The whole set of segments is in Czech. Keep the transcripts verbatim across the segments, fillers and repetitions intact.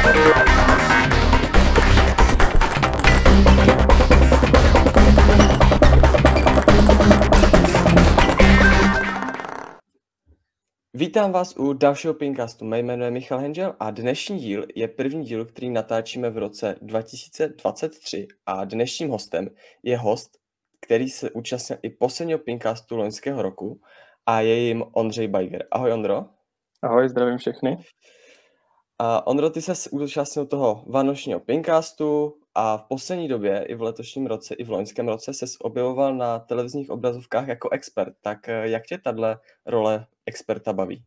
Vítám vás u dalšího Pincastu. Mé jméno je Michal Henžel a dnešní díl je první díl, který natáčíme v roce dva tisíce dvacet tři a dnešním hostem je host, který se účastnil i posledního Pincastu loňského roku a je jim Ondřej Bajger. Ahoj Ondro. Ahoj, zdravím všechny. A Ondro, ty se účastnil toho vánočního Pincastu a v poslední době, i v letošním roce, i v loňském roce, ses objevoval na televizních obrazovkách jako expert. Tak jak tě tato role experta baví?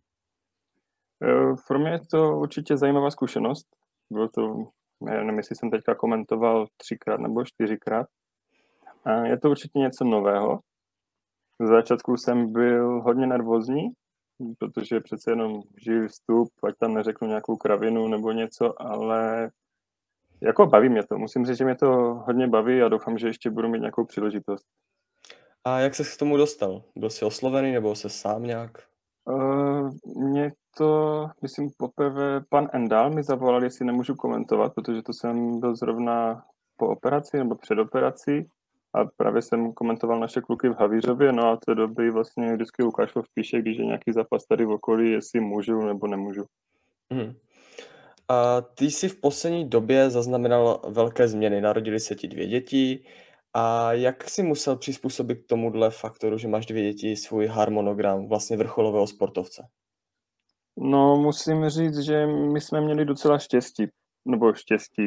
Pro mě je to určitě zajímavá zkušenost. Bylo to, nevím, jestli jsem teďka komentoval třikrát nebo čtyřikrát. Je to určitě něco nového. Z začátku jsem byl hodně nervózní, protože přece jenom živý vstup, ať tam neřeknu nějakou kravinu nebo něco, ale jako baví mě to. Musím říct, že mě to hodně baví a doufám, že ještě budu mít nějakou příležitost. A jak ses k tomu dostal? Byl jsi oslovený nebo se sám nějak? Uh, mě to, myslím, poprvé pan Endal mi zavolal, jestli nemůžu komentovat, protože to jsem byl zrovna po operaci nebo před operací a právě jsem komentoval naše kluky v Havířově, no a té doby vlastně vždycky Lukášov píše, když je nějaký zápas tady v okolí, jestli můžu nebo nemůžu. Hmm. A ty jsi v poslední době zaznamenal velké změny. Narodili se ti dvě děti. A jak jsi musel přizpůsobit k tomuhle faktoru, že máš dvě děti, svůj harmonogram vlastně vrcholového sportovce? No, musím říct, že my jsme měli docela štěstí, nebo štěstí.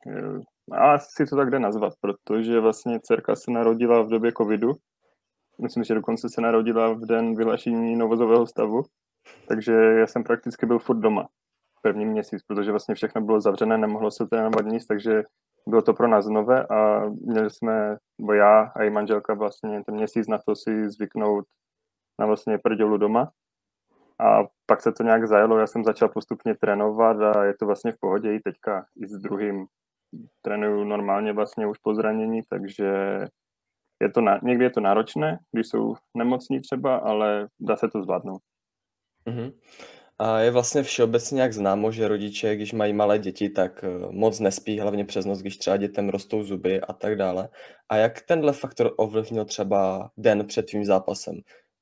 Asi to tak jde nazvat, protože vlastně dcerka se narodila v době covidu. Myslím, že dokonce se narodila v den vyhlášení novozového stavu, takže já jsem prakticky byl furt doma první měsíc, protože vlastně všechno bylo zavřené, nemohlo se trénovat nic, takže bylo to pro nás nové a měli jsme, bo já a i manželka vlastně ten měsíc na to si zvyknout na vlastně prdělu doma. A pak se to nějak zajelo, já jsem začal postupně trénovat a je to vlastně v pohodě i teďka i s druhým. Trénuju normálně vlastně už po zranění, takže je to, někdy je to náročné, když jsou nemocní třeba, ale dá se to zvládnout. Uh-huh. A je vlastně všeobecně nějak známo, že rodiče, když mají malé děti, tak moc nespí, hlavně přes noc, když třeba dětem rostou zuby a tak dále. A jak tenhle faktor ovlivnil třeba den před tvým zápasem?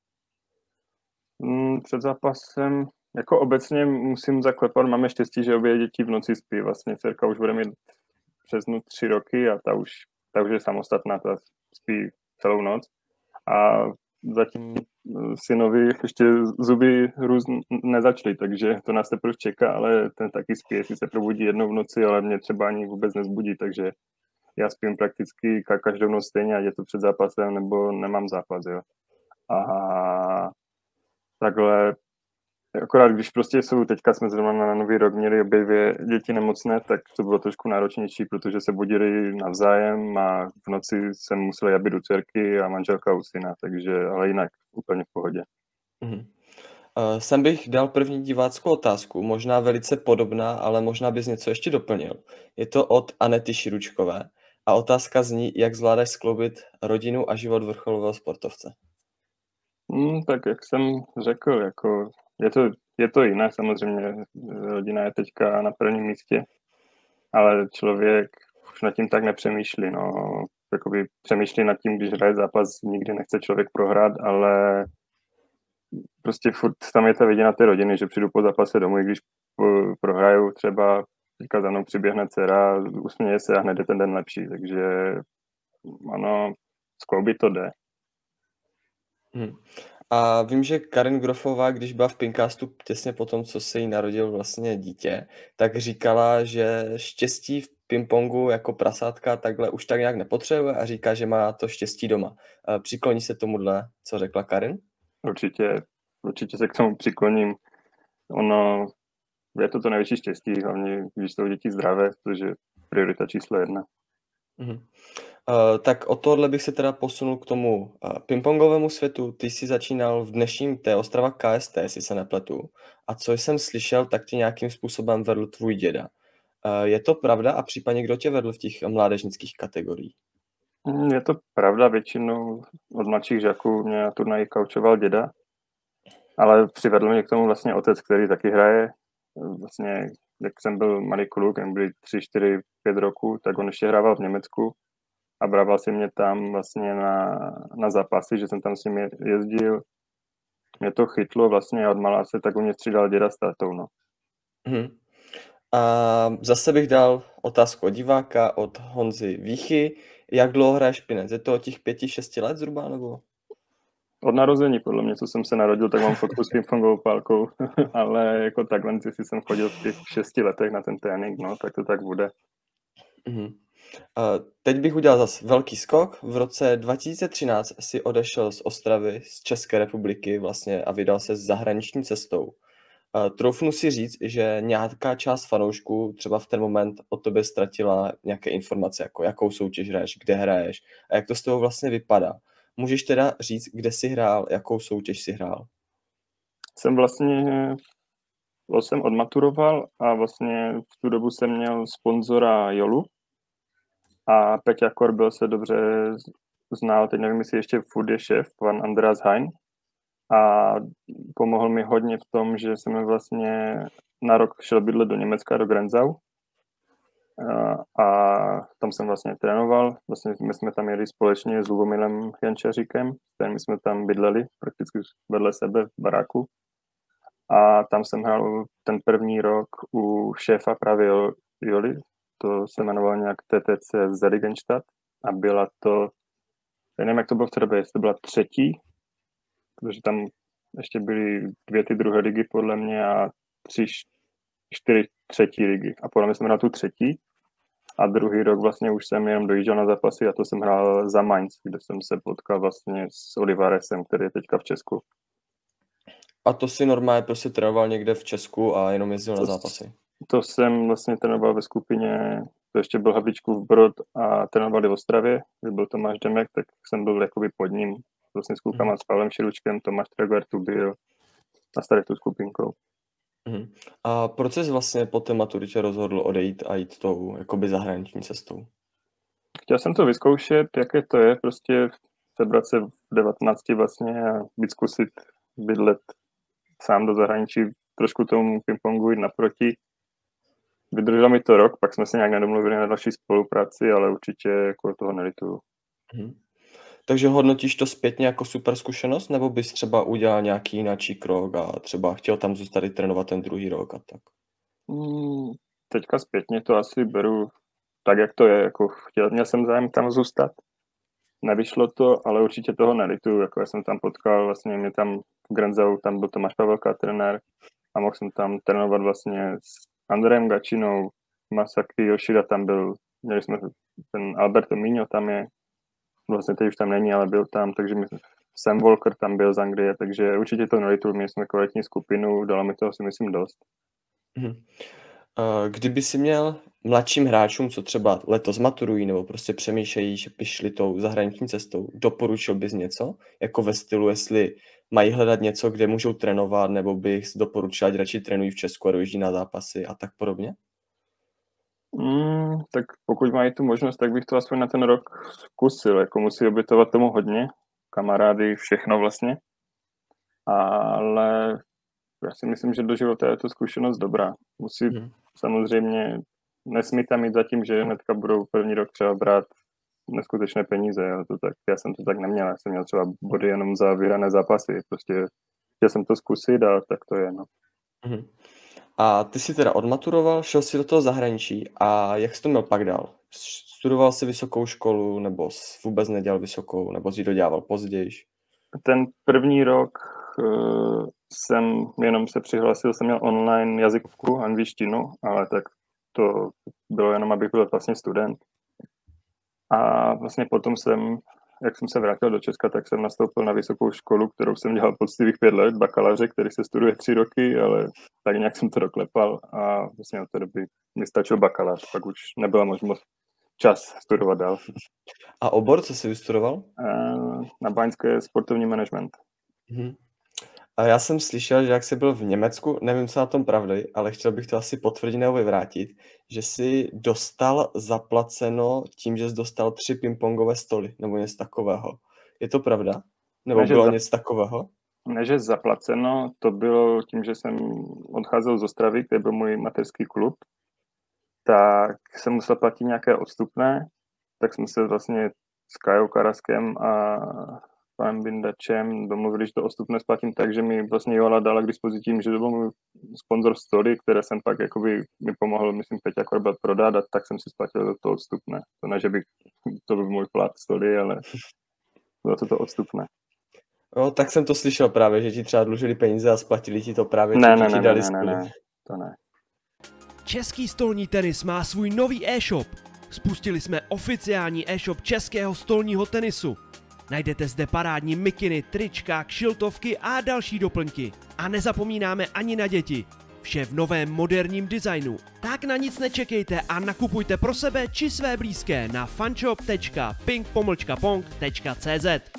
Hmm, před zápasem, jako obecně musím zaklepat, máme štěstí, že obě děti v noci spí. Vlastně dcerka už bude mít přes nu tři roky a ta už, ta už je samostatná, ta spí celou noc. A zatím synovi ještě zuby růst nezačaly, takže to nás teprve čeká, ale ten taky spí, jestli se probudí jednou v noci, ale mě třeba ani vůbec nezbudí, takže já spím prakticky každou noc stejně, ať je to před zápasem, nebo nemám zápas, jo. A takhle, akorát když prostě jsou, teďka jsme zrovna na nový rok měli obě dvě děti nemocné, tak to bylo trošku náročnější, protože se budili navzájem a v noci jsem musel jabit do dcerky a manželka u syna, takže, ale jinak úplně v pohodě. Uh-huh. Uh, sem bych dal první diváckou otázku, možná velice podobná, ale možná bys něco ještě doplnil. Je to od Anety Širučkové a otázka zní, jak zvládáš skloubit rodinu a život vrcholového sportovce? Hmm, tak jak jsem řekl, jako je to, je to jinak, samozřejmě rodina je teďka na prvním místě, ale člověk už nad tím tak nepřemýšlí, no, jakoby přemýšlí nad tím, když hraje zápas, nikdy nechce člověk prohrát, ale prostě furt tam je ta viděna té rodiny, že přijdu po zápase domů, i když prohraju třeba, teďka za mnou přiběhne dcera, usměje se a hned je ten den lepší, takže ano, skloubit to jde. Hmm. A vím, že Karin Grofová, když byla v Pincastu těsně po tom, co se jí narodil vlastně dítě, tak říkala, že štěstí v pingpongu jako prasátka takhle už tak nějak nepotřebuje a říká, že má to štěstí doma. Přikloní se tomuhle, co řekla Karin? Určitě, určitě se k tomu přikloním. Ono, je to to největší štěstí, hlavně když jsou děti zdravé, protože priorita číslo jedna. Mhm. Uh, tak od tohohle bych se teda posunul k tomu uh, pingpongovému světu. Ty jsi začínal v dnešním T Ostrava K S T, jestli se nepletu. A co jsem slyšel, tak tě nějakým způsobem vedl tvůj děda. Uh, je to pravda a případně kdo tě vedl v těch mládežnických kategoriích? Je to pravda, většinou od mladších žáků mě na turnaji kaučoval děda, ale přivedl mě k tomu vlastně otec, který taky hraje. Vlastně jak jsem byl malý kluk, jen byli tři, čtyři, pět roků, tak on ještě hrával v Německu a brával si mě tam vlastně na, na zápasy, že jsem tam s ním jezdil. Mě to chytlo vlastně a od malá se tak u mě střídal děda s tátou, no. Mhm. A zase bych dal otázku od diváka, od Honzy Víchy. Jak dlouho hraješ špinec? Je to od těch pěti, šesti let zhruba, nebo? Od narození, podle mě, co jsem se narodil, tak mám fotku s pingpongovou pálkou, ale jako takhle, jestli jsem chodil v těch šesti letech na ten trénink, no, tak to tak bude. Mhm. Uh, teď bych udělal zase velký skok. V roce dva tisíce třináct si odešel z Ostravy, z České republiky vlastně a vydal se s zahraniční cestou. Uh, troufnu si říct, že nějaká část fanoušků třeba v ten moment o tobě ztratila nějaké informace, jako jakou soutěž hraješ, kde hraješ a jak to s tebou vlastně vypadá. Můžeš teda říct, kde jsi hrál, jakou soutěž jsi hrál? Jsem vlastně, jsem odmaturoval a vlastně v tu dobu jsem měl sponzora Jolu a Peťa Korbel se dobře znal, teď nevím, jestli ještě furt je šéf, pan Andreas Hein, a pomohl mi hodně v tom, že jsem vlastně na rok šel bydlet do Německa, do Grenzau, a, a tam jsem vlastně trénoval. Vlastně my jsme tam jeli společně s Lubomilem Jančaříkem, kterým jsme tam bydleli prakticky vedle sebe v baráku. A tam jsem hrál ten první rok u šéfa právě Joli, to se jmenovalo nějak T T C Zeligenstadt a byla to, nevím, jak to bylo v té době, jestli to byla třetí, protože tam ještě byly dvě ty druhé ligy podle mě a tři, čtyři třetí ligy. A podle mě jsem hrál tu třetí a druhý rok vlastně už jsem jenom dojížděl na zápasy a to jsem hrál za Mainz, kde jsem se potkal vlastně s Olivaresem, který je teďka v Česku. A to si normálně prostě trénoval někde v Česku a jenom jezdil to, na zápasy? To jsem vlastně trénoval ve skupině, to ještě byl Havlíčkův Brod a trénovali v Ostravě, kde byl Tomáš Demek, tak jsem byl jakoby pod ním, vlastně s klukama, mm. s Pavlem Širučkem, Tomáš Treguer tu byl a starý tu skupinkou. Mm. A proč jsi vlastně po té maturitě rozhodl odejít a jít tou jakoby zahraniční cestou? Chtěl jsem to vyzkoušet, jaké to je, prostě sebrat se v devatenácti vlastně a být zkusit bydlet sám do zahraničí, trošku tomu pingpongu jít naproti. Vydrželo mi to rok, pak jsme se nějak nedomluvili na další spolupráci, ale určitě jako toho nelituju. Hmm. Takže hodnotíš to zpětně jako super zkušenost, nebo bys třeba udělal nějaký jináčí krok a třeba chtěl tam zůstat i trénovat ten druhý rok a tak? Hmm, teďka zpětně to asi beru tak, jak to je. Jako chtěl, měl jsem zájem tam zůstat. Nevyšlo to, ale určitě toho nelituju. Jako já jsem tam potkal, vlastně mě tam v Grenzau, tam byl Tomáš Pavelka trenér a mohl jsem tam trénovat vlastně s Andrejem Gačinou, Masaki Yoshida tam byl, měli jsme ten Alberto Mino tam je, vlastně teď už tam není, ale byl tam, takže my, Sam Walker tam byl z Anglie, takže určitě to nelituju, měli jsme kvalitní skupinu, dalo mi toho si myslím dost. Mhm. Kdyby si měl mladším hráčům, co třeba letos maturují nebo prostě přemýšlejí, že by šli tou zahraniční cestou, doporučil bys něco? Jako ve stylu, jestli mají hledat něco, kde můžou trénovat, nebo bych doporučil, ať radši trénují v Česku a dojíždí na zápasy a tak podobně? Mm, tak pokud mají tu možnost, tak bych to aspoň na ten rok zkusil. Jako musí obětovat tomu hodně, kamarády, všechno vlastně. Ale já si myslím, že do života je to zkušenost dobrá. Musí hmm. samozřejmě, nesmí tam mít zatím, že hnedka budou první rok třeba brát neskutečné peníze. Jo. To tak, já jsem to tak neměl, já jsem měl třeba body jenom za vyhrané zápasy. Prostě chtěl jsem to zkusit a tak to je. No. Hmm. A ty jsi teda odmaturoval, šel jsi do toho zahraničí a jak jsi to měl pak dál? Studoval jsi vysokou školu nebo jsi vůbec nedělal vysokou, nebo jsi dodělával později? Ten první rok uh, jsem jenom se přihlásil, jsem měl online jazykovku, angličtinu, ale tak to bylo jenom, abych byl vlastně student. A vlastně potom jsem, jak jsem se vrátil do Česka, tak jsem nastoupil na vysokou školu, kterou jsem dělal poctivých pět let, bakaláře, který se studuje tři roky, ale tak nějak jsem to doklepal a vlastně od té doby mi stačil bakalář, pak už nebyla možnost čas studovat dál. A obor, co jsi vystudoval? Na Báňské sportovní management. Mhm. A já jsem slyšel, že jak jsi byl v Německu, nevím, co na tom pravdy, ale chtěl bych to asi potvrdit nebo vyvrátit, že jsi dostal zaplaceno tím, že jsi dostal tři pingpongové stoly, nebo něco takového. Je to pravda? Nebo ne, bylo za... něco takového? Ne, že zaplaceno, to bylo tím, že jsem odcházel z Ostravy, kde byl můj mateřský klub, tak jsem musel platit nějaké odstupné, tak jsme se vlastně s Kajou Karaskem a panem Bindačem domluvili, že to odstupné splatím tak, že mi vlastně Joala dala k dispozici tím, že to byl můj sponzor Story, které jsem pak jakoby mi pomohl, myslím, Peťa Korbat prodat a tak jsem si splatil to odstupné. To ne, že bych to byl můj plat Story, ale bylo to to odstupné. No, tak jsem to slyšel právě, že ti třeba dlužili peníze a splatili ti to právě Ne, tím, ne, že ti ne, dali ne, ne, Story. ne, to ne. Český stolní tenis má svůj nový e-shop. Spustili jsme oficiální e-shop českého stolního tenisu. Najdete zde parádní mikiny, trička, kšiltovky a další doplňky. A nezapomínáme ani na děti. Vše v novém moderním designu. Tak na nic nečekejte a nakupujte pro sebe či své blízké na fanshop tečka ping pomlčka pong tečka cé zet.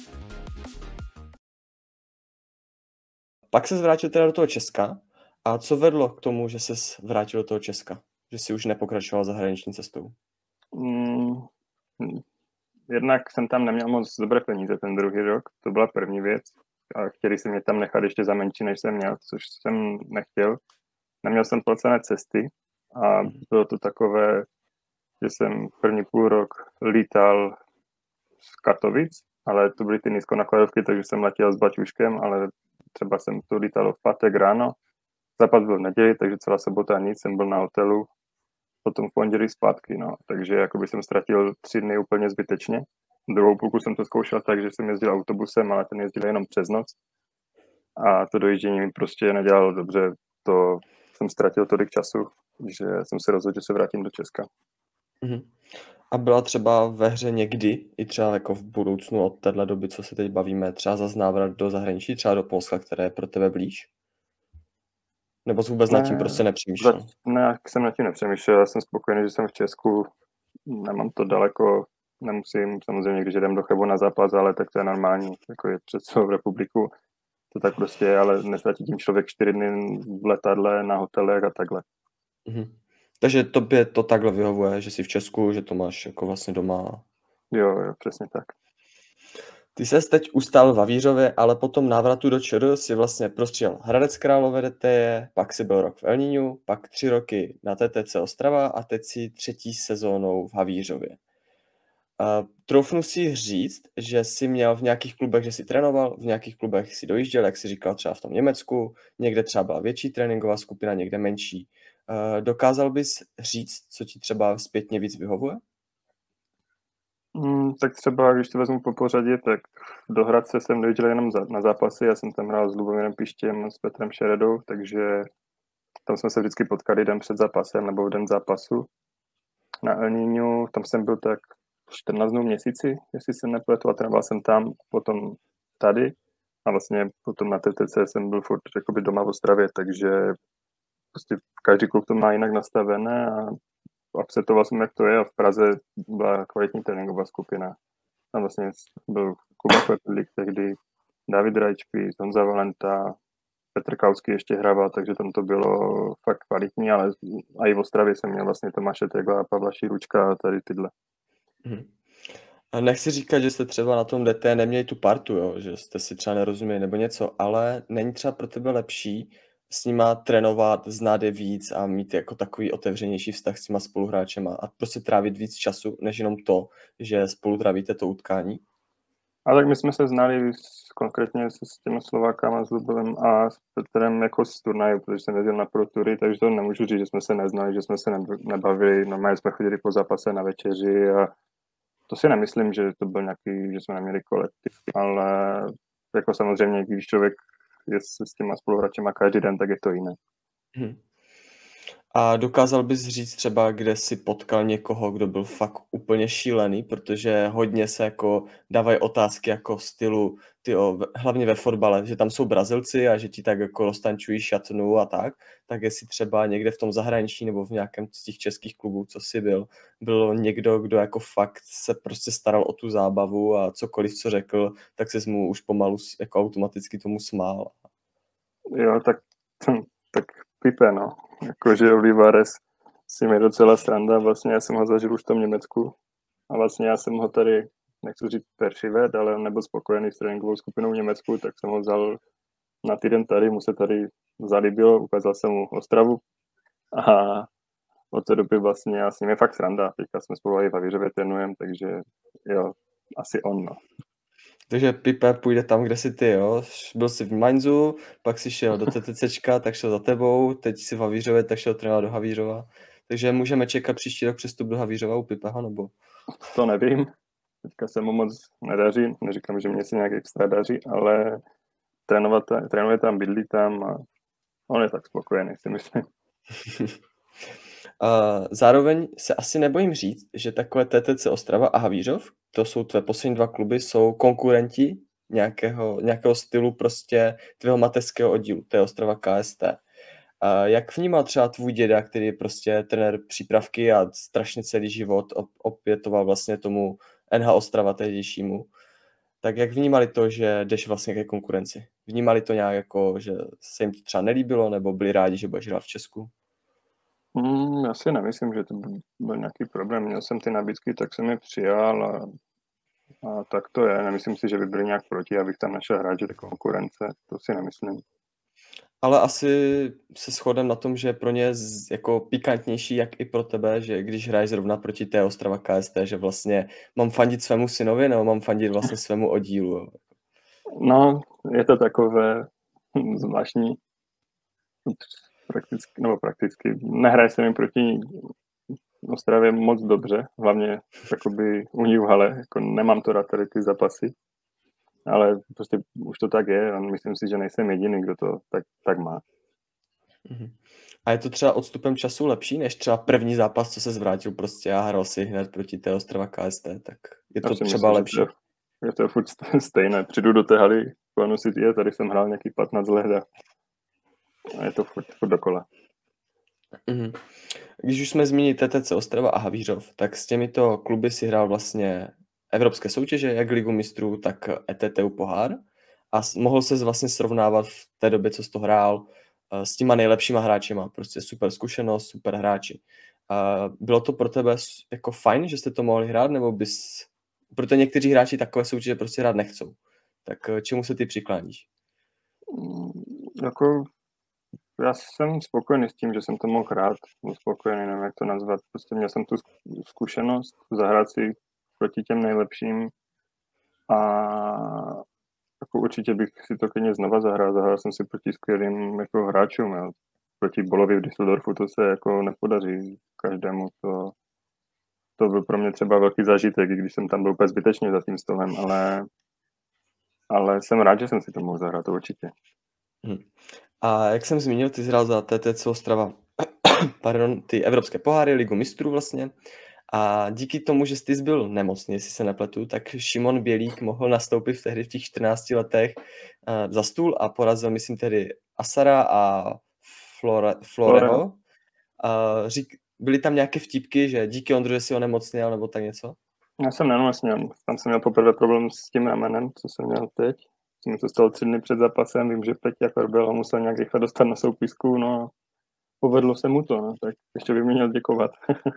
Pak se vrátil teda do toho Česka. A co vedlo k tomu, že ses vrátil do toho Česka? Že jsi už nepokračoval zahraniční cestou? Mm, jednak jsem tam neměl moc dobré peníze ten druhý rok, to byla první věc. A chtěli si mě tam nechat ještě za menší, než jsem měl, což jsem nechtěl. Neměl jsem placené cesty a bylo to takové, že jsem první půl rok lítal z Katovic, ale to byly ty nízkonákladovky, takže jsem letěl s baťuškem, ale třeba jsem to lítal v pátek ráno. Západ byl v neděli, takže celá sobota nic, jsem byl na hotelu, potom v pondělí zpátky, no. Takže jakoby jsem ztratil tři dny úplně zbytečně. Druhou půlku jsem to zkoušel tak, že jsem jezdil autobusem, ale ten jezdil jenom přes noc. A to dojíždění mi prostě nedělalo dobře, to jsem ztratil tolik času, že jsem se rozhodl, že se vrátím do Česka. Mhm. A byla třeba ve hře někdy, i třeba jako v budoucnu od téhle doby, co se teď bavíme, třeba zas návrat do zahraničí, třeba do Polska, které je pro tebe blíž? Nebo jsi vůbec Ne, nad tím prostě nepřemýšlel? Zač, ne, jak jsem nad tím nepřemýšlel, já jsem spokojený, že jsem v Česku, nemám to daleko, nemusím, samozřejmě, když jdem do Chebu na zápas, ale tak to je normální, jako je před celou republiku, to tak prostě je, ale nestratí tím člověk čtyři dny v letadle, na hotelech a takhle. Mhm. Takže tobě to takhle vyhovuje, že jsi v Česku, že to máš jako vlastně doma? Jo, jo, přesně tak. Ty ses teď ustál v Havířově, ale po tom návratu do ČR si vlastně prostřídal Hradec Králové D T E, pak si byl rok v Elníňu, pak tři roky na T T C Ostrava a teď si třetí sezónou v Havířově. Uh, troufnu si říct, že jsi měl v nějakých klubech, že jsi trénoval, v nějakých klubech si dojížděl, jak jsi říkal třeba v tom Německu, někde třeba byla větší tréninková skupina, někde menší. Uh, dokázal bys říct, co ti třeba zpětně víc vyhovuje? Mm, tak třeba, když to vezmu po pořadě, tak do Hradce jsem dojížděl jenom za, na zápasy, já jsem tam hrál s Lubomírem Pištěm, s Petrem Šeredou, takže tam jsme se vždycky potkali den před zápasem nebo v den zápasu. Na Elníňu, tam jsem byl tak čtrnáct dnů v měsíci, jestli se nepletu, a trénoval jsem tam, potom tady a vlastně potom na T T C jsem byl furt jakoby doma v Ostravě, takže prostě každý klub to má jinak nastavené a akceptoval jsem, jak to je, a v Praze byla kvalitní tréninková skupina. Tam vlastně byl Kuba Klepilík tehdy, David Rajčpí, Honza Valenta, Petr Kauský ještě hrával, takže tam to bylo fakt kvalitní, ale a i v Ostravě jsem měl vlastně Tomáše Tegla a Pavla Širučka a tady tyhle. Hmm. A nechci říkat, že jste třeba na tom D T neměli tu partu, jo? Že jste si třeba nerozuměli nebo něco, ale není třeba pro tebe lepší s nima trénovat, znát je víc a mít jako takový otevřenější vztah s těma spoluhráčema a prostě trávit víc času, než jenom to, že spolu trávíte to utkání? A tak my jsme se znali s, konkrétně s, s těmi Slovákama, s Lubovem a s Petrem jako z turnaju, protože jsem jezdil na Pro Toury, takže to nemůžu říct, že jsme se neznali, že jsme se nebavili, normálně jsme chodili po zápase na večeři a to si nemyslím, že to byl nějaký, že jsme neměli kolektiv, ale jako samozřejmě, když člověk je s těma spoluhráčema každý den, tak je to jiné. Hmm. A dokázal bys říct třeba, kde jsi potkal někoho, kdo byl fakt úplně šílený, protože hodně se jako dávají otázky jako stylu, tyjo, hlavně ve fotbale, že tam jsou Brazilci a že ti tak jako roztančují šatnu a tak, tak jestli třeba někde v tom zahraničí nebo v nějakém z těch českých klubů, co jsi byl, byl někdo, kdo jako fakt se prostě staral o tu zábavu a cokoliv, co řekl, tak se mu už pomalu jako automaticky tomu smál. Jo, tak, tak Pipe, no. Jakože Olivares si mi docela sranda, vlastně já jsem ho zažil už v tom Německu a vlastně já jsem ho tady, nechci říct peršivet, ale on nebyl spokojený s tréninkovou skupinou v Německu, tak jsem ho vzal na týden tady, mu se tady zalíbilo, ukázal jsem mu Ostravu a od té doby vlastně a s ním je fakt sranda. Teďka jsme spolu i v Havířově trénujeme, takže jo, asi on, no. Takže Pipe půjde tam, kde jsi ty, jo? Byl jsi v Mainzu, pak si šel do TTCčka, tak šel za tebou, teď jsi v Havířově, tak šel trénovat do Havířova. Takže můžeme čekat příští rok přestup do Havířova u Pipeho, nebo? To nevím. Teďka se mu moc nedaří, neříkám, že mě si nějak extra daří, ale trénovat, trénuje tam, bydlí tam a on je tak spokojený, si myslím. Uh, zároveň se asi nebojím říct, že takové T T C Ostrava a Havířov, to jsou tvé poslední dva kluby, jsou konkurenti nějakého, nějakého stylu prostě tvého mateřského oddílu, to je Ostrava K S T. Uh, jak vnímal třeba tvůj děda, který je prostě trenér přípravky a strašně celý život opětoval vlastně tomu N H Ostrava tehdejšímu, tak jak vnímali to, že jdeš vlastně ke konkurenci? Vnímali to nějak jako, že se jim to třeba nelíbilo, nebo byli rádi, že budeš hrát v Česku? Mm, já si nemyslím, že to byl nějaký problém. Měl jsem ty nabídky, tak jsem je přijal a, a tak to je. Nemyslím si, že by byli nějak proti, abych tam našel hráče konkurence. To si nemyslím. Ale asi se shodem na tom, že pro ně je jako pikantnější, jak i pro tebe, že když hraješ zrovna proti té Ostrava K S T, že vlastně mám fandit svému synovi, nebo mám fandit vlastně svému oddílu. Jo? No, je to takové zvláštní. Prakticky, nebo prakticky. Nehraje se mi proti Ostravě moc dobře, hlavně jakoby u ní v hale. Jako nemám to rád tady ty zápasy, ale prostě už to tak je a myslím si, že nejsem jediný, kdo to tak, tak má. A je to třeba odstupem času lepší, než třeba první zápas, co se zvrátil prostě a hrál si hned proti té Ostrava K S T, tak je to třeba myslím, lepší? Že to, je to furt stejné. Přijdu do té haly, Planu City, a tady jsem hrál nějaký patnáct let a je to furt, furt dokola. Mm-hmm. Když už jsme zmínili T T C Ostrava a Havířov, tak s těmito kluby si hrál vlastně evropské soutěže, jak Ligu mistrů, tak E T T U pohár a mohl se vlastně srovnávat v té době, co jsi to hrál, s těma nejlepšíma hráčima, prostě super zkušenost, super hráči. Bylo to pro tebe jako fajn, že jste to mohli hrát, nebo bys, protože někteří hráči takové soutěže prostě hrát nechcou. Tak čemu se ty přikláníš? Jako já jsem spokojený s tím, že jsem to mohl hrát. Jsem spokojený, nevím, jak to nazvat. Prostě měl jsem tu zkušenost zahrát si proti těm nejlepším a jako určitě bych si to klidně znova zahrál. Zahrál jsem si proti skvělým jako hráčům. Jo. Proti Bolovi v Düsseldorfu to se jako nepodaří každému. To, to byl pro mě třeba velký zážitek, když jsem tam byl úplně zbytečně za tím stolem, ale, ale jsem rád, že jsem si to mohl zahrát, to určitě. Hmm. A jak jsem zmínil, ty jsi hrál za T T C Ostrava pardon, ty evropské poháry, Ligu mistrů vlastně. A díky tomu, že jsi byl nemocný, jestli se nepletu, tak Šimon Bělík mohl nastoupit v tehdy v těch čtrnácti letech uh, za stůl a porazil, myslím, tedy Asara a Flore, Floreho. Uh, řík, byly tam nějaké vtipky, že díky Ondru, že jsi onemocněl, nebo tak něco? Já jsem nenemocněl. Tam jsem měl poprvé problém s tím ramenem, co jsem měl teď. Jsem to stalo tři dny před zápasem, vím, že Peťa Korbel ho musel nějak rychle dostat na soupisku, no povedlo se mu to, no, tak ještě bych mi měl děkovat.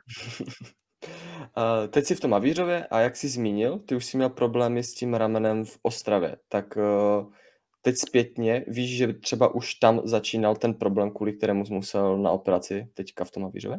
Uh, teď jsi v tom Havířově a jak jsi zmínil, ty už jsi měl problémy s tím ramenem v Ostravě, tak uh, teď zpětně víš, že třeba už tam začínal ten problém, kvůli kterému jsi musel na operaci teďka v tom Havířově?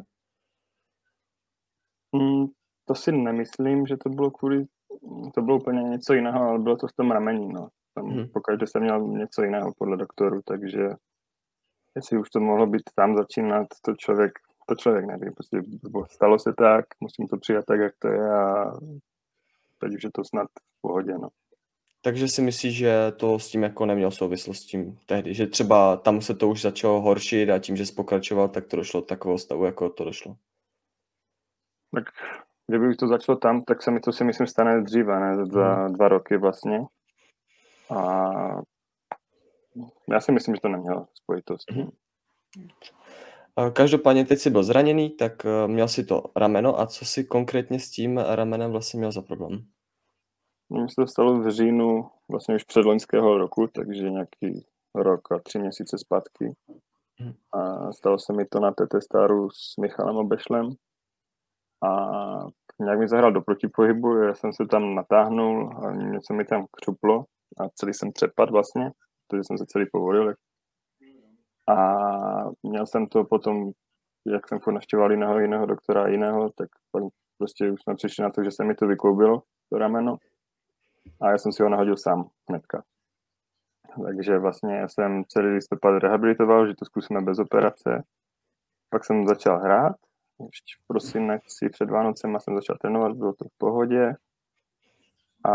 Mm, to si nemyslím, že to bylo kvůli, to bylo úplně něco jiného, ale bylo to v tom ramení, no. Tam hmm. pokaždé jsem měl něco jiného podle doktoru, takže jestli už to mohlo být tam začínat, to člověk To člověk neví, prostě stalo se tak, musím to přijat tak, jak to je a teď už je to snad v pohodě, no. Takže si myslíš, že to s tím jako nemělo souvislost s tím tehdy, že třeba tam se to už začalo horšit a tím, že jsi pokračoval, tak to došlo do takového stavu, jako to došlo? Tak kdyby už to začalo tam, tak se mi to si myslím stane dříve, ne, za hmm. dva roky vlastně. A já si myslím, že to nemělo spojitost. Hmm. Každopádně teď jsi byl zraněný, tak měl si to rameno a co si konkrétně s tím ramenem vlastně měl za problém? Mně se to stalo v říjnu vlastně už předloňského roku, takže nějaký rok a tři měsíce zpátky. Hmm. A stalo se mi to na T T Staru s Michalem Obešlem a nějak mi zahrál do protipohybu, já jsem se tam natáhnul a něco mi tam křuplo a celý jsem přepadl vlastně. protože jsem se celý povolil. A měl jsem to potom, jak jsem furt navštěvoval jiného, jiného doktora jiného, tak pak prostě už jsme přišli na to, že se mi to vykloubilo, to rameno. A já jsem si ho nahodil sám hnedka. Takže vlastně já jsem celý listopad rehabilitoval, že to zkusíme bez operace. Pak jsem začal hrát, ještě v prosinci před Vánocema jsem začal trénovat, bylo to v pohodě. A,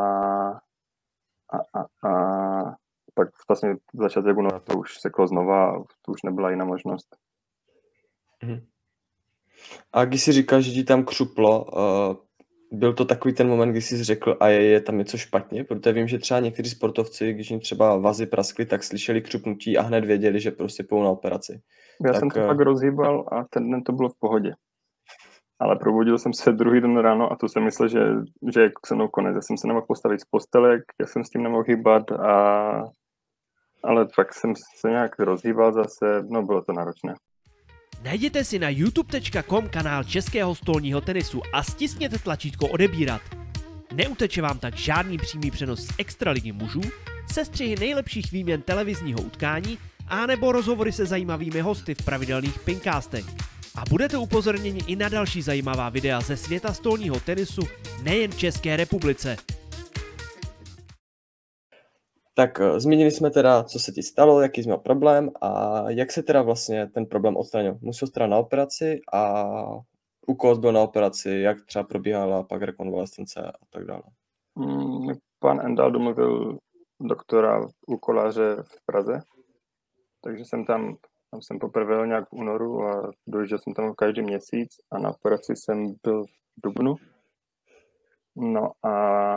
a, a, a pak vlastně začátek února to už seklo znova, to už nebyla jiná možnost. Mhm. A když jsi říkal, že ti tam křuplo, uh, byl to takový ten moment, kdy jsi řekl, a je, je tam něco špatně? Protože vím, že třeba někteří sportovci, když jim třeba vazy praskly, tak slyšeli křupnutí a hned věděli, že prostě půjdou na operaci. Já tak, jsem to uh... pak rozhýbal a ten den to bylo v pohodě. Ale probudil jsem se druhý den ráno a to jsem myslel, že, že je se mnou konec. Já jsem se nemohl postavit z postelek, já jsem s tím nemohl hýbat, a... ale pak jsem se nějak rozhýbal zase, no bylo to náročné. Najděte si na youtube tečka com kanál Českého stolního tenisu a stisněte tlačítko odebírat. Neuteče vám tak žádný přímý přenos z extraligy mužů, sestřihy nejlepších výměn televizního utkání a nebo rozhovory se zajímavými hosty v pravidelných pinkastech. A budete upozorněni i na další zajímavá videa ze světa stolního tenisu nejen v České republice. Tak zmínili jsme teda, co se ti stalo, jaký jsi měl problém a jak se teda vlastně ten problém odstranil. Musel jsi teda na operaci a u koho jsi byl na operaci, jak třeba probíhala pak rekonvalescence a tak dále. Mm, pan Endal domluvil doktora u Koláře v Praze, takže jsem tam, tam jsem poprvé byl nějak v únoru a dojížděl jsem tam každý měsíc a na operaci jsem byl v dubnu. No a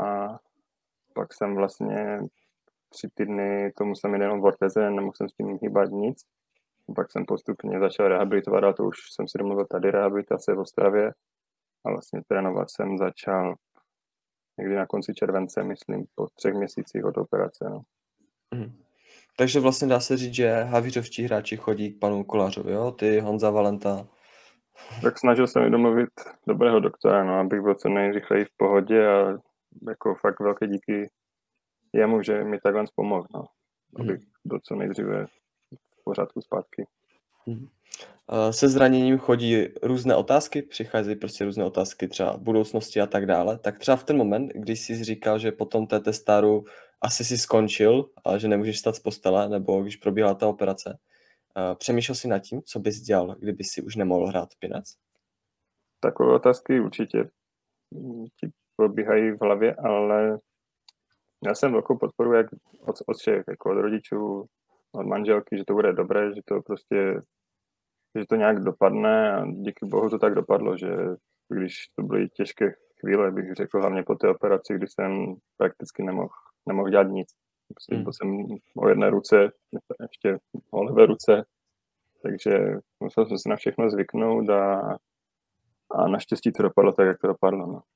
pak jsem vlastně tři týdny tomu jsem jel jenom v orteze, nemohl jsem s tím hýbat nic. Pak jsem postupně začal rehabilitovat, a to už jsem si domluvil tady rehabilitace v Ostravě. A vlastně trénovat jsem začal někdy na konci července, myslím, po třech měsících od operace. No. Mhm. Takže vlastně dá se říct, že havířovští hráči chodí k panu Kolářovi, jo? Ty, Honza Valenta. Tak snažil jsem mi domluvit dobrého doktora, no, abych byl co nejrychleji v pohodě a jako fakt velké díky jemu, že mi takhle pomohl, no, abych byl co nejdříve v pořádku zpátky. Hmm. Se zraněním chodí různé otázky, přicházejí prostě různé otázky třeba budoucnosti a tak dále. Tak třeba v ten moment, když jsi říkal, že potom té testáru asi si skončil a že nemůžeš stát z postele, nebo když probíhala ta operace, přemýšlel jsi nad tím, co bys dělal, kdyby si už nemohl hrát pinec? Takové otázky určitě ti probíhají v hlavě, ale já jsem velkou podporu jak od, od všech, jako od rodičů, od manželky, že to bude dobré, že to prostě, že to nějak dopadne a díky bohu to tak dopadlo, že když to byly těžké chvíle, bych řekl, hlavně po té operaci, kdy jsem prakticky nemohl, nemohl dělat nic. Prostě byl jsem o jedné ruce, ještě o levé ruce, takže musel jsem se na všechno zvyknout a, a naštěstí to dopadlo tak, jak to dopadlo. No.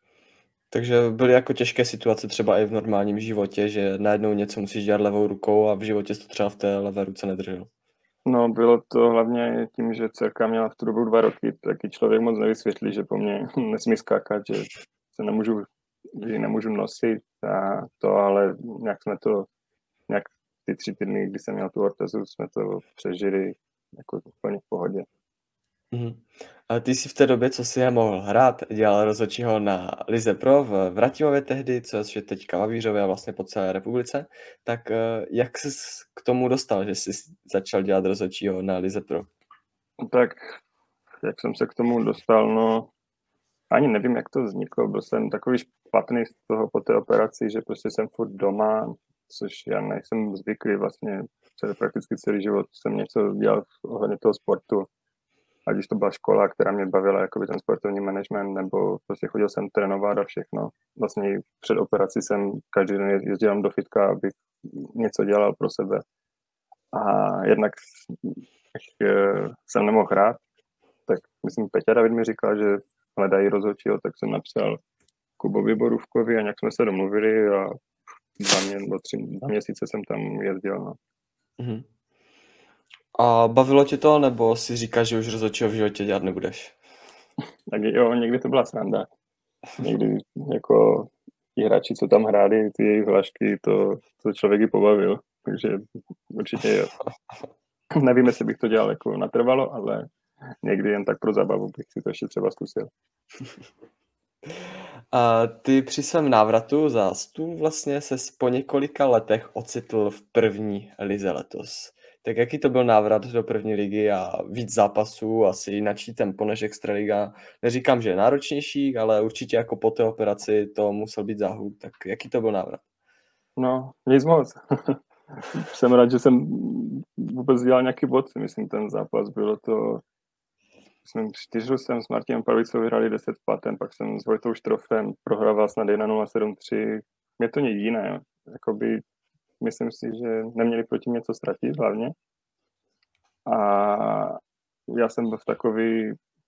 Takže byly jako těžké situace třeba i v normálním životě, že najednou něco musíš dělat levou rukou a v životě jsi to třeba v té levé ruce nedržel. No, bylo to hlavně tím, že dcerka měla v tu dobu dva roky, taky člověk moc nevysvětlí, že po mně nesmí skákat, že se nemůžu, že nemůžu nosit a to, ale nějak jsme to, nějak ty tři týdny, kdy jsem měl tu ortezu, jsme to přežili jako úplně v pohodě. Mhm. A ty jsi v té době, co jsi je mohl hrát, dělal rozhodčího na Lize Pro v Vratimově tehdy, což je teďka v Havířově a vlastně po celé republice. Tak jak jsi k tomu dostal, že jsi začal dělat rozhodčího na Lize Pro? Tak jak jsem se k tomu dostal, no ani nevím, jak to vzniklo. Byl jsem takový špatný z toho po té operaci, že prostě jsem furt doma, což já nejsem zvyklý vlastně, prakticky celý život jsem něco dělal ohledně toho sportu. A když to byla škola, která mě bavila, jakoby ten sportovní management, nebo prostě chodil jsem trénovat a všechno. Vlastně před operací jsem každý den jezdil do fitka, abych něco dělal pro sebe. A jednak jsem nemohl hrát, tak myslím, Peťa David mi říkal, že hledají rozhodčího, tak jsem napsal Kubovi Borůvkovi a nějak jsme se domluvili a dva, mě, tři, dva měsíce jsem tam jezdil. No. Mm-hmm. A bavilo tě to, nebo si říkáš, že už rozhodčího v životě dělat nebudeš? Tak jo, někdy to byla sranda. Někdy jako ti hráči, co tam hráli, ty jejich hlášky, to, to člověk i pobavil. takže určitě jo. Nevím, jestli bych to dělal jako natrvalo, ale někdy jen tak pro zábavu bych si to ještě třeba zkusil. A ty při svém návratu za stůl vlastně ses po několika letech ocitl v první lize letos. Tak jaký to byl návrat do první ligy a víc zápasů, asi jinačí tempo než extraliga? Neříkám, že je náročnější, ale určitě jako po té operaci to musel být záhul. Tak jaký to byl návrat? No, nic moc. Jsem rád, že jsem vůbec dělal nějaký bod, myslím, ten zápas. Bylo to, jsem čtyřu jsem s Martinem Parvicou vyhrali deset platem, pak jsem s Vojtou Štrofem prohrával snad jedna nula sedm tři. Mě to není jiné. Jakoby, myslím si, že neměli proti mě co ztratit hlavně. A já jsem byl v takový...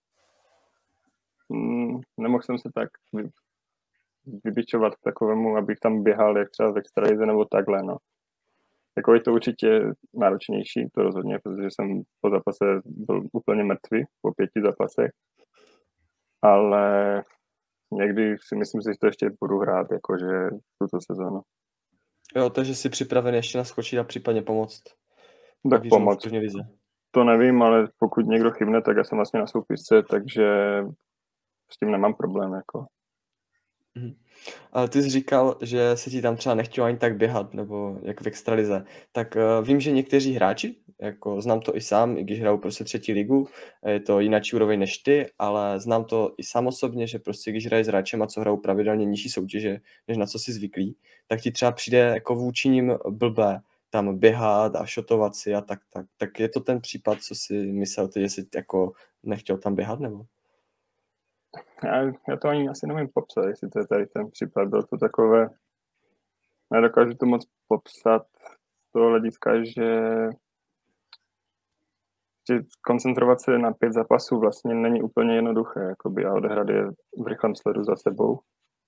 Mm, nemohl jsem se tak vy, vybičovat k takovému, abych tam běhal jak třeba v extralize nebo takhle, no. Jako je to určitě náročnější, to rozhodně, protože jsem po zápase byl úplně mrtvý, po pěti zápasech, ale někdy si myslím, že to ještě budu hrát, jakože tuto sezónu. Jo, takže jsi připravený ještě naskočit a případně pomoct. Tak pomoct. To nevím, ale pokud někdo chybne, tak já jsem vlastně na soupisce, takže s tím nemám problém, jako. Mhm. Ale ty jsi říkal, že se ti tam třeba nechtělo ani tak běhat, nebo jak v extralize. Tak uh, vím, že někteří hráči, jako znám to i sám, i když hraju prostě třetí ligu, je to jináčí úroveň než ty, ale znám to i sám osobně, že prostě když hraješ s hráčem a co hrajou pravidelně nižší soutěže, než na co jsi zvyklý, tak ti třeba přijde jako vůči ním blbé tam běhat a šotovat si a tak, tak. Tak je to ten případ, co si myslel ty, že jsi jako nechtěl tam běhat, nebo? Já, já to ani asi nevím popsat, jestli to je tady ten případ. Bylo to takové, nedokážu to moc popsat z toho hlediska, že, že koncentrovat se na pět zápasů vlastně není úplně jednoduché, jakoby, a odehrát je v rychlém sledu za sebou.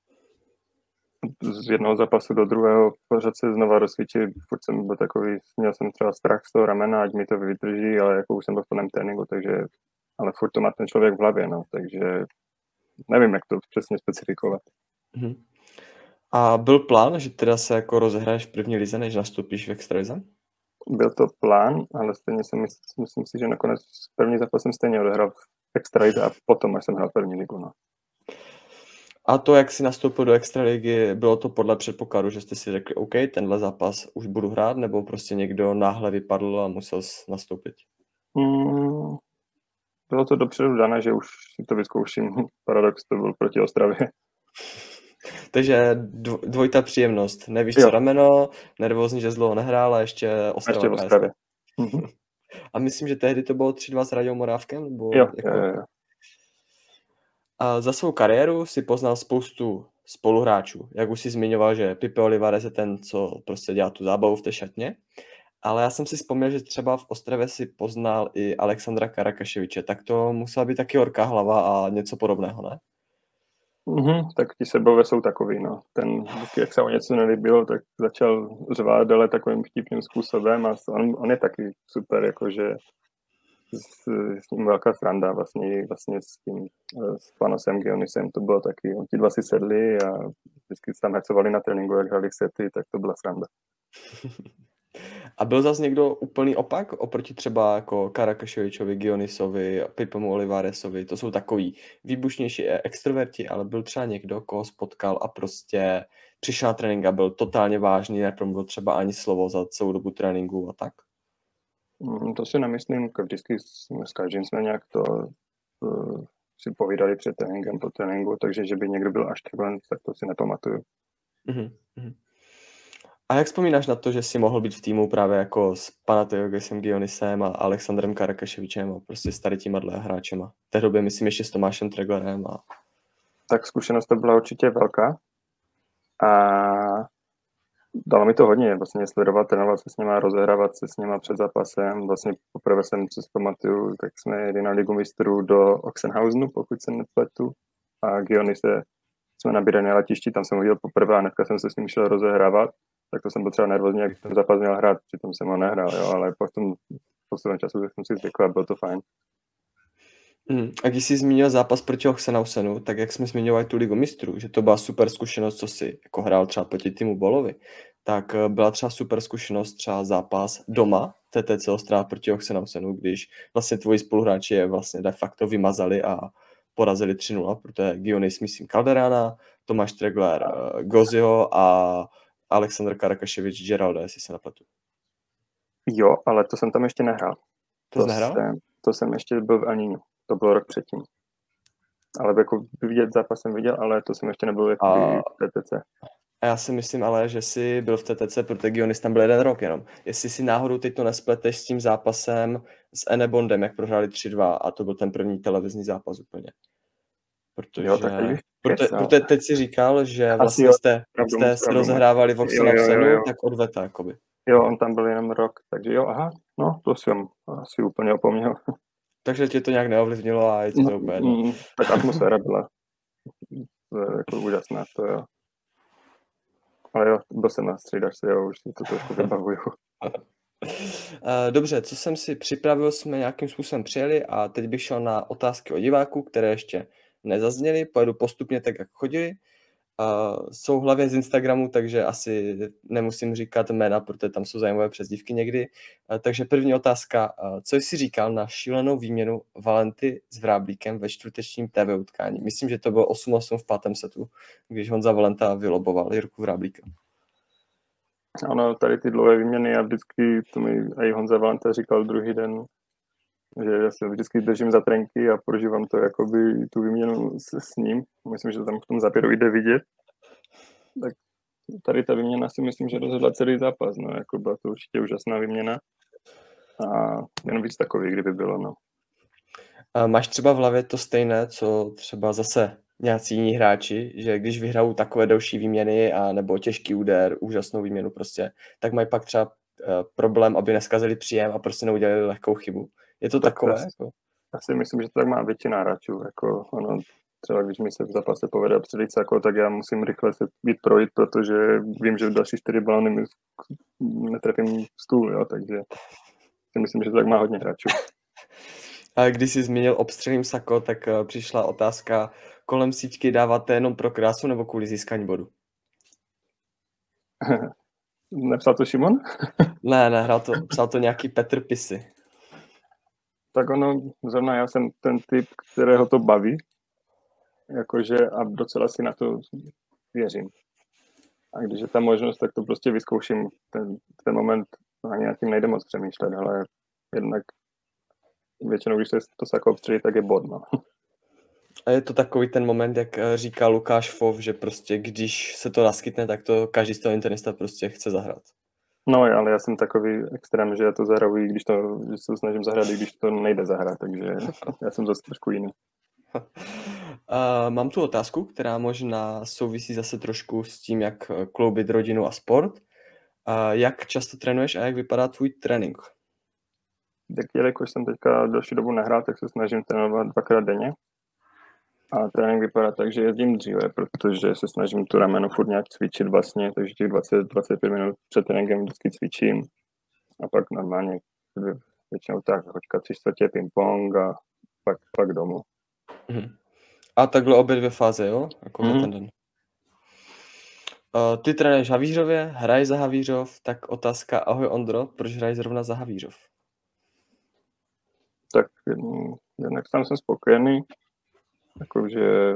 Z jednoho zápasu do druhého pořád se znova rozcvičit, furt jsem byl takový, měl jsem třeba strach z toho ramena, ať mi to vydrží, ale jako už jsem byl v plném tréninku, takže, ale furt to má ten člověk v hlavě, no, takže nevím, jak to přesně specifikovat. Mhm. A byl plán, že teda se jako rozehraješ v první lize, než nastoupíš v extralize? Byl to plán, ale stejně jsem mysl, myslím si, že nakonec první zápas jsem stejně odehrál v extralize a potom, až jsem hrál první ligu. No. A to, jak jsi nastoupil do extraligy, bylo to podle předpokladu, že jste si řekli, OK, tenhle zápas už budu hrát, nebo prostě někdo náhle vypadl a musel nastoupit? Mm, bylo to dopředu dané, že už si to vyzkouším. Paradox to byl proti Ostravě. Takže dvojitá příjemnost. Nevíš, jo. co rameno, nervózní, že dlouho nehrál a ještě Ostrava. Ještě v Ostravě. A myslím, že tehdy to bylo tři dva s Raďou Morávkem? Nebo jo, jako... jo, jo. A za svou kariéru si poznal spoustu spoluhráčů. Jak už si zmiňoval, že Pipe Olivares je ten, co prostě dělá tu zábavu v té šatně. Ale já jsem si vzpomněl, že třeba v Ostravě si poznal i Alexandra Karakaševiče. Tak to musela být taky horká hlava a něco podobného, ne? Mm-hmm, tak ti sebové jsou takový, no. Ten, vždycky, jak se o něco nelíbilo, tak začal řvát, ale takovým vtipným způsobem a on, on je taky super, jakože s, s ním velká sranda vlastně, vlastně s tím, s Panosem Gionisem to bylo taky, on ti dva si sedli a vždycky se tam hecovali na tréninku, jak hrali sety, tak to byla sranda. A byl zase někdo úplný opak oproti třeba jako Karakaševičovi, Gionisovi, Pipemu Olivaresovi, to jsou takový výbušnější extroverti, ale byl třeba někdo, koho spotkal a prostě přišel na trénink a byl totálně vážný, nepromluvil třeba ani slovo za celou dobu tréninku a tak? Mm, to si nemyslím, vždycky s každým jsme nějak to uh, si povídali před tréninkem, po tréninku, takže že by někdo byl až takhle, tak to si nepamatuju. Mm-hmm. A jak vzpomínáš na to, že jsi mohl být v týmu právě jako s Panathiogesem Gionisem a Alexandrem Karakaševičem a prostě s tady těma hráčema? V té době myslím ještě s Tomášem Treglerem. A... Tak zkušenost to byla určitě velká a dalo mi to hodně, vlastně sledovat, trénovat se s nima, rozehrávat se s nima před zápasem. Vlastně poprvé jsem, co si pamatuju, tak jsme jeli na Ligu mistrů do Oxenhausenu, pokud se nepletu, a Gionise jsme nabírali na letišti, tam jsem ho viděl poprvé a hnedka jsem se s ním šel rozehrávat. Tak to jsem byl třeba nervózní, jak ten zápas měl hrát, přitom jsem ho nehrál, jo, ale po tom posledním času jsem si zvykl a bylo to fajn. Mm, a když jsi zmínil zápas proti Oxenhausenu, tak jak jsme zmiňovali tu Ligu mistrů, že to byla super zkušenost, co jsi jako hrál třeba proti týmu Bolovi, tak byla třeba super zkušenost, třeba zápas doma T T C Ostrava proti Oxenhausen, když vlastně tvoji spoluhráči je vlastně de facto vymazali a porazili tři nula, protože Gionis, myslím, Calderana, Tomáš Tregler, uh, Gozio a Aleksandr Karakaševič Geralda, jestli se nepletu. Jo, ale to jsem tam ještě nehrál. To, to jsi nehrál? Jsem, to jsem ještě byl v Anínu. To bylo rok předtím. Ale jako vidět zápas jsem viděl, ale to jsem ještě nebyl jako a... v T T C. A já si myslím ale, že jsi byl v T T C, protože Gionis tam byl jeden rok jenom. Jestli si náhodou teď to nespleteš s tím zápasem s Enebondem, jak prohráli tři dva a to byl ten první televizní zápas úplně. Protože, jo, tak protože, protože teď si říkal, že vlastně jo, jste, pravdu, jste se rozehrávali v Oxenhausen, tak odveta, jakoby. Jo, on tam byl jenom rok, takže jo, aha, no, to jsem asi úplně opomněl. Takže tě to nějak neovlivnilo a je ti to no, úplně mm, tak atmosféra byla jako úžasná, to jo. Ale jo, byl jsem na střídačce, jo, už si to trošku vybavuju. Dobře, co jsem si připravil, jsme nějakým způsobem přijeli a teď bych šel na otázky od diváků, které ještě nezazněly, pojedu postupně tak, jak chodili. Uh, jsou hlavně z Instagramu, takže asi nemusím říkat jména, protože tam jsou zajímavé přezdívky někdy. Uh, takže první otázka, uh, co jsi říkal na šílenou výměnu Valenty s Vráblíkem ve čtvrtečním T V utkání? Myslím, že to bylo osm osm v pátém setu, když Honza Valenta vyloboval Jirku Vráblíka. Ano, tady ty dlouhé výměny a vždycky to mi i Honza Valenta říkal druhý den, že já se vždycky držím za trenky a prožívám to jakoby tu výměnu s, s ním. Myslím, že to tam v tom záběru jde vidět. Tak tady ta výměna si myslím, že rozhodla celý zápas. No, jako byla to určitě úžasná výměna. A jenom víc takový, kdyby bylo. No. A máš třeba v hlavě to stejné, co třeba zase nějací jiní hráči, že když vyhrajou takové další výměny a nebo těžký úder, úžasnou výměnu prostě, tak mají pak třeba uh, problém, aby neskazili příjem a prostě neudělali lehkou chybu. Je to tak takové? Já, jako? Já si myslím, že to tak má většina hráčů. Jako ono, třeba když mi se v zápase povede obstřelit jako, tak já musím rychle se být projít, protože vím, že v další čtyři balony mi netrefím stůl, jo, takže si myslím, že to tak má hodně hráčů. A když jsi zmínil obstřelím sako, tak uh, přišla otázka, kolem síťky dáváte jenom pro krásu nebo kvůli získání bodu? Nepsal to Šimon? ne, ne, hrál to, psal to nějaký Petr Pisy. Tak ono, zrovna já jsem ten typ, kterého to baví, jakože a docela si na to věřím. A když je ta možnost, tak to prostě vyzkouším. Ten, ten moment ani nad tím nejde moc přemýšlet, ale jednak většinou, když se to sako obstřelí, tak je bod, no. A je to takový ten moment, jak říká Lukáš Fov, že prostě když se to naskytne, tak to každý z toho internista prostě chce zahrát. No, ale já jsem takový extrém, že já to zahraju, i když to, že se to snažím zahrát, i když to nejde zahrát, takže já jsem zase trošku jiný. Uh, mám tu otázku, která možná souvisí zase trošku s tím, jak kloubit rodinu a sport. Uh, jak často trénuješ a jak vypadá tvůj trénink? Tak jelikož jsem teďka další dobu nehrál, tak se snažím trénovat dvakrát denně. A trénink vypadá tak, že jezdím dříve, protože se snažím tu rameno furt nějak cvičit vlastně, takže těch dvacet až dvacet pět minut před tréninkem vždycky cvičím. A pak normálně většinou tak hoďka tři čtvrtě ping-pong a pak, pak domů. Mm. A takhle obě dvě fáze, jo? Jako mm. ten den. Uh, ty trénuješ Havířově, hraj za Havířov, tak otázka, ahoj Ondro, proč hraješ zrovna za Havířov? Tak jednak tam jsem spokojený, jakože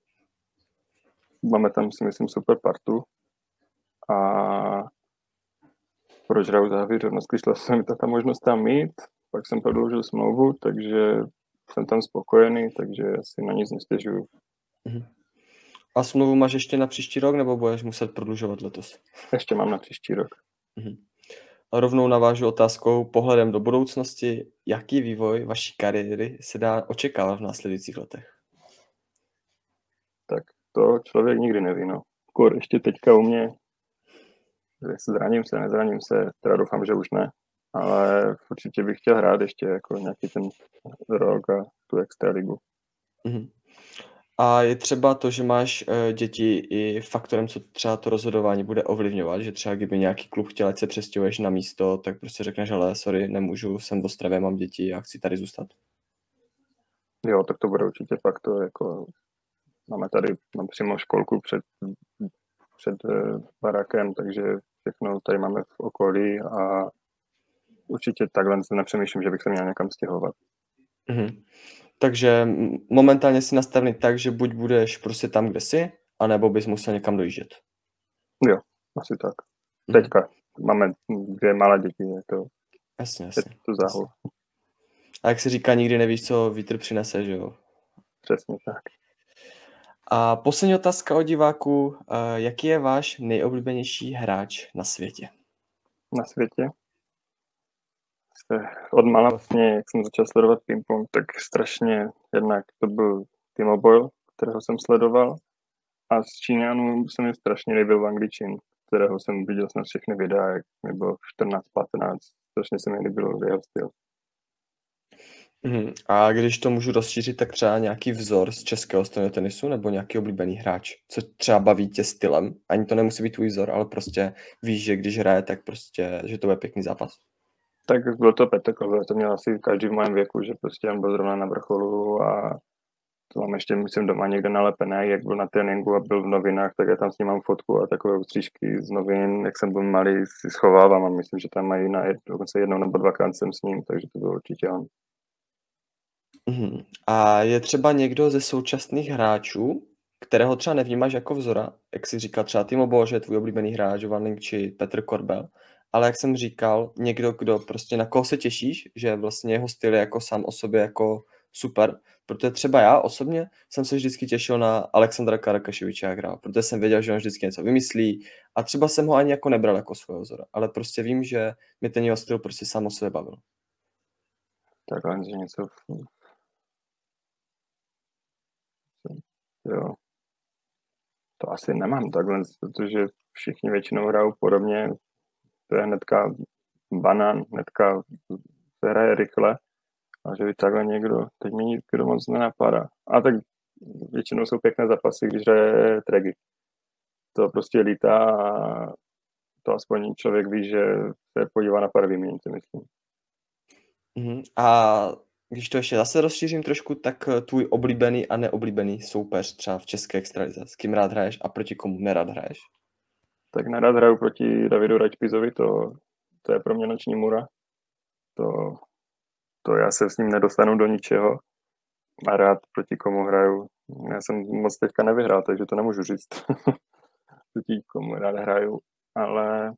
máme tam, si myslím, super partu a proč hraju za Havířov? Naskyšla se mi ta možnost tam mít, pak jsem prodloužil smlouvu, takže jsem tam spokojený, takže si na nic nestěžuju. Mhm. A smlouvu máš ještě na příští rok, nebo budeš muset prodlužovat letos? Ještě mám na příští rok. Mhm. A rovnou navážu otázkou pohledem do budoucnosti, jaký vývoj vaší kariéry se dá očekávat v následujících letech? Tak to člověk nikdy neví, no. Kor ještě teďka u mě, zraním se, nezraním se, teda doufám, že už ne, ale určitě bych chtěl hrát ještě jako nějaký ten rok a tu extraligu. Mhm. A je třeba to, že máš uh, děti i faktorem, co třeba to rozhodování bude ovlivňovat, že třeba kdyby nějaký klub chtěl, ať se přestěhuješ na místo, tak prostě řekneš, ale sorry, nemůžu, jsem v Ostravě, mám děti a chci tady zůstat. Jo, tak to bude určitě faktor, jako máme tady, mám přímo školku před, před uh, barákem, takže všechno tady máme v okolí a určitě takhle nepřemýšlím, že bych se měl někam stěhovat. Mhm. Takže momentálně si nastavený tak, že buď budeš prostě tam, kde jsi, anebo bys musel někam dojíždět. Jo, asi tak. Mhm. Teďka máme dvě malé děti, je to, jasně, jasně. Je to záhul. A jak se říká, nikdy nevíš, co vítr přinese, že jo? Přesně tak. A poslední otázka od diváků. Jaký je váš nejoblíbenější hráč na světě? Na světě? Od mala vlastně, jak jsem začal sledovat ping-pong, tak strašně jednak to byl T-Mobile, kterého jsem sledoval, a z Číňanů se mi strašně líbil Wang Liqin, kterého jsem viděl na všechny videa, jak mi bylo čtrnáct patnáct, strašně se mi líbil jeho styl. Hmm. A když to můžu rozšířit, tak třeba nějaký vzor z českého stolního tenisu nebo nějaký oblíbený hráč, co třeba baví tě stylem? Ani to nemusí být tvůj vzor, ale prostě víš, že když hraje, tak prostě, že to bude pěkný zápas. Tak byl to Petr Kovář, to měl asi každý v mém věku, že prostě on byl zrovna na vrcholu a to mám ještě, myslím, doma někde nalepené, jak byl na tréninku a byl v novinách, tak já tam s ním mám fotku a takové střížky z novin, jak jsem byl malý, si schovávám a myslím, že tam mají na jed, dokonce jednou nebo dvakrát jsem s ním, takže to bylo určitě on. Uhum. A je třeba někdo ze současných hráčů, kterého třeba nevnímáš jako vzora, jak jsi říkal třeba T-Mobile, že je tvůj oblíbený hráč, Wang Ling či Petr Korbel, ale jak jsem říkal, někdo, kdo prostě na koho se těšíš, že vlastně jeho styl je jako sám o sobě jako super, protože třeba já osobně jsem se vždycky těšil na Alexandra Karakaševiče, jak hrál, protože jsem věděl, že on vždycky něco vymyslí a třeba jsem ho ani jako nebral jako svého vzora, ale prostě vím, že mi ten jeho styl prostě sám o sobě bavil. Tak on že něco... Jo. To asi nemám takhle, protože všichni většinou hrajou podobně. To je hnedka banán, hnedka se hraje rychle. A že by takhle někdo, teď mi nikdo moc nenapadá. A tak většinou jsou pěkné zápasy, když hraje Tregy. To prostě lítá a to aspoň člověk ví, že se podívá na pár výměn, si myslím. Mm-hmm. A když to ještě zase rozšířím trošku, tak tvůj oblíbený a neoblíbený soupeř třeba v české extralize. S kým rád hraješ a proti komu nerad hraješ? Tak nerad hraju proti Davidu Rajčpizovi, to, to je pro mě noční můra. To, to já se s ním nedostanu do ničeho. A rád proti komu hraju. Já jsem moc teďka nevyhrál, takže to nemůžu říct. Proti komu rád hraju, ale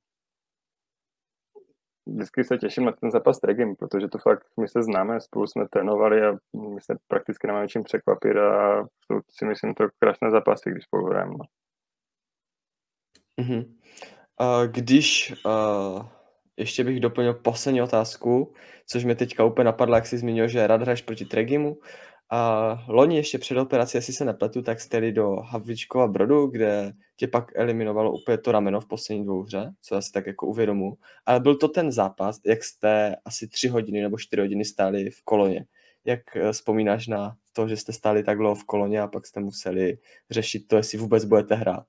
vždycky se těším na ten zápas s Regim, protože to fakt, my se známe, spolu jsme trénovali a my se prakticky nemáme čím překvapit a to si myslím, to krásné zápasy, když spolu hrajeme. Mm-hmm. Uh, když uh, ještě bych doplnil poslední otázku, což mě teďka úplně napadlo, jak jsi zmínil, že rád hraješ proti Tregimu. A loni ještě před operací, jestli se nepletu, tak jste jeli do Havlíčkova Brodu, kde tě pak eliminovalo úplně to rameno v poslední dvou hře, co asi tak jako uvědomu. Ale byl to ten zápas, jak jste asi tři hodiny nebo čtyři hodiny stáli v koloně. Jak vzpomínáš na to, že jste stáli tak dlouho v koloně a pak jste museli řešit to, jestli vůbec budete hrát?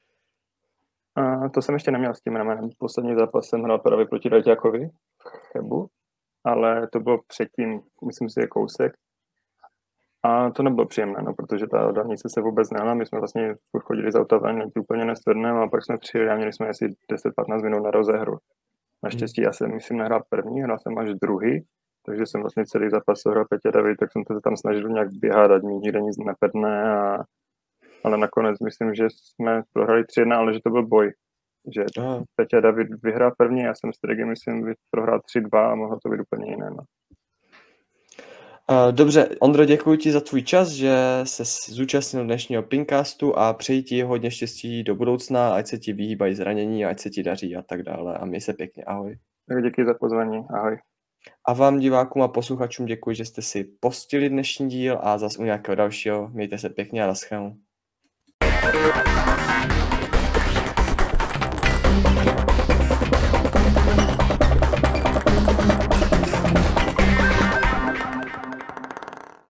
A to jsem ještě neměl s tím ramenem. Poslední zápas jsem hrál právě proti Rajťákovi v Chebu, ale to bylo předtím, myslím si, je kousek. A to nebylo příjemné, no, protože ta dálnice se vůbec nehla. My jsme vlastně chodili z auta ven, úplně nestvrdné, a pak jsme přijeli a měli jsme asi deset patnáct minut na rozehru. Naštěstí já jsem, myslím, nehrál první, hrál jsem až druhý, takže jsem vlastně celý zápas hrál Petě David, tak jsem to tam snažil nějak běhat, ať mi nikde nic nepadne, a... ale nakonec myslím, že jsme prohrali tři jedna, ale že to byl boj. Že Petě David vyhrál první, já jsem s Tregi, myslím, prohrál tři dva a mohlo to být úplně jiné. No. Dobře, Ondro, děkuji ti za tvůj čas, že se zúčastnil dnešního Pingcastu a přeji ti hodně štěstí do budoucna, ať se ti vyhýbají zranění, ať se ti daří a tak dále. A měj se pěkně, ahoj. Tak děkuji za pozvání, ahoj. A vám divákům a posluchačům děkuji, že jste si pustili dnešní díl a zase u nějakého dalšího. Mějte se pěkně a naschledanou.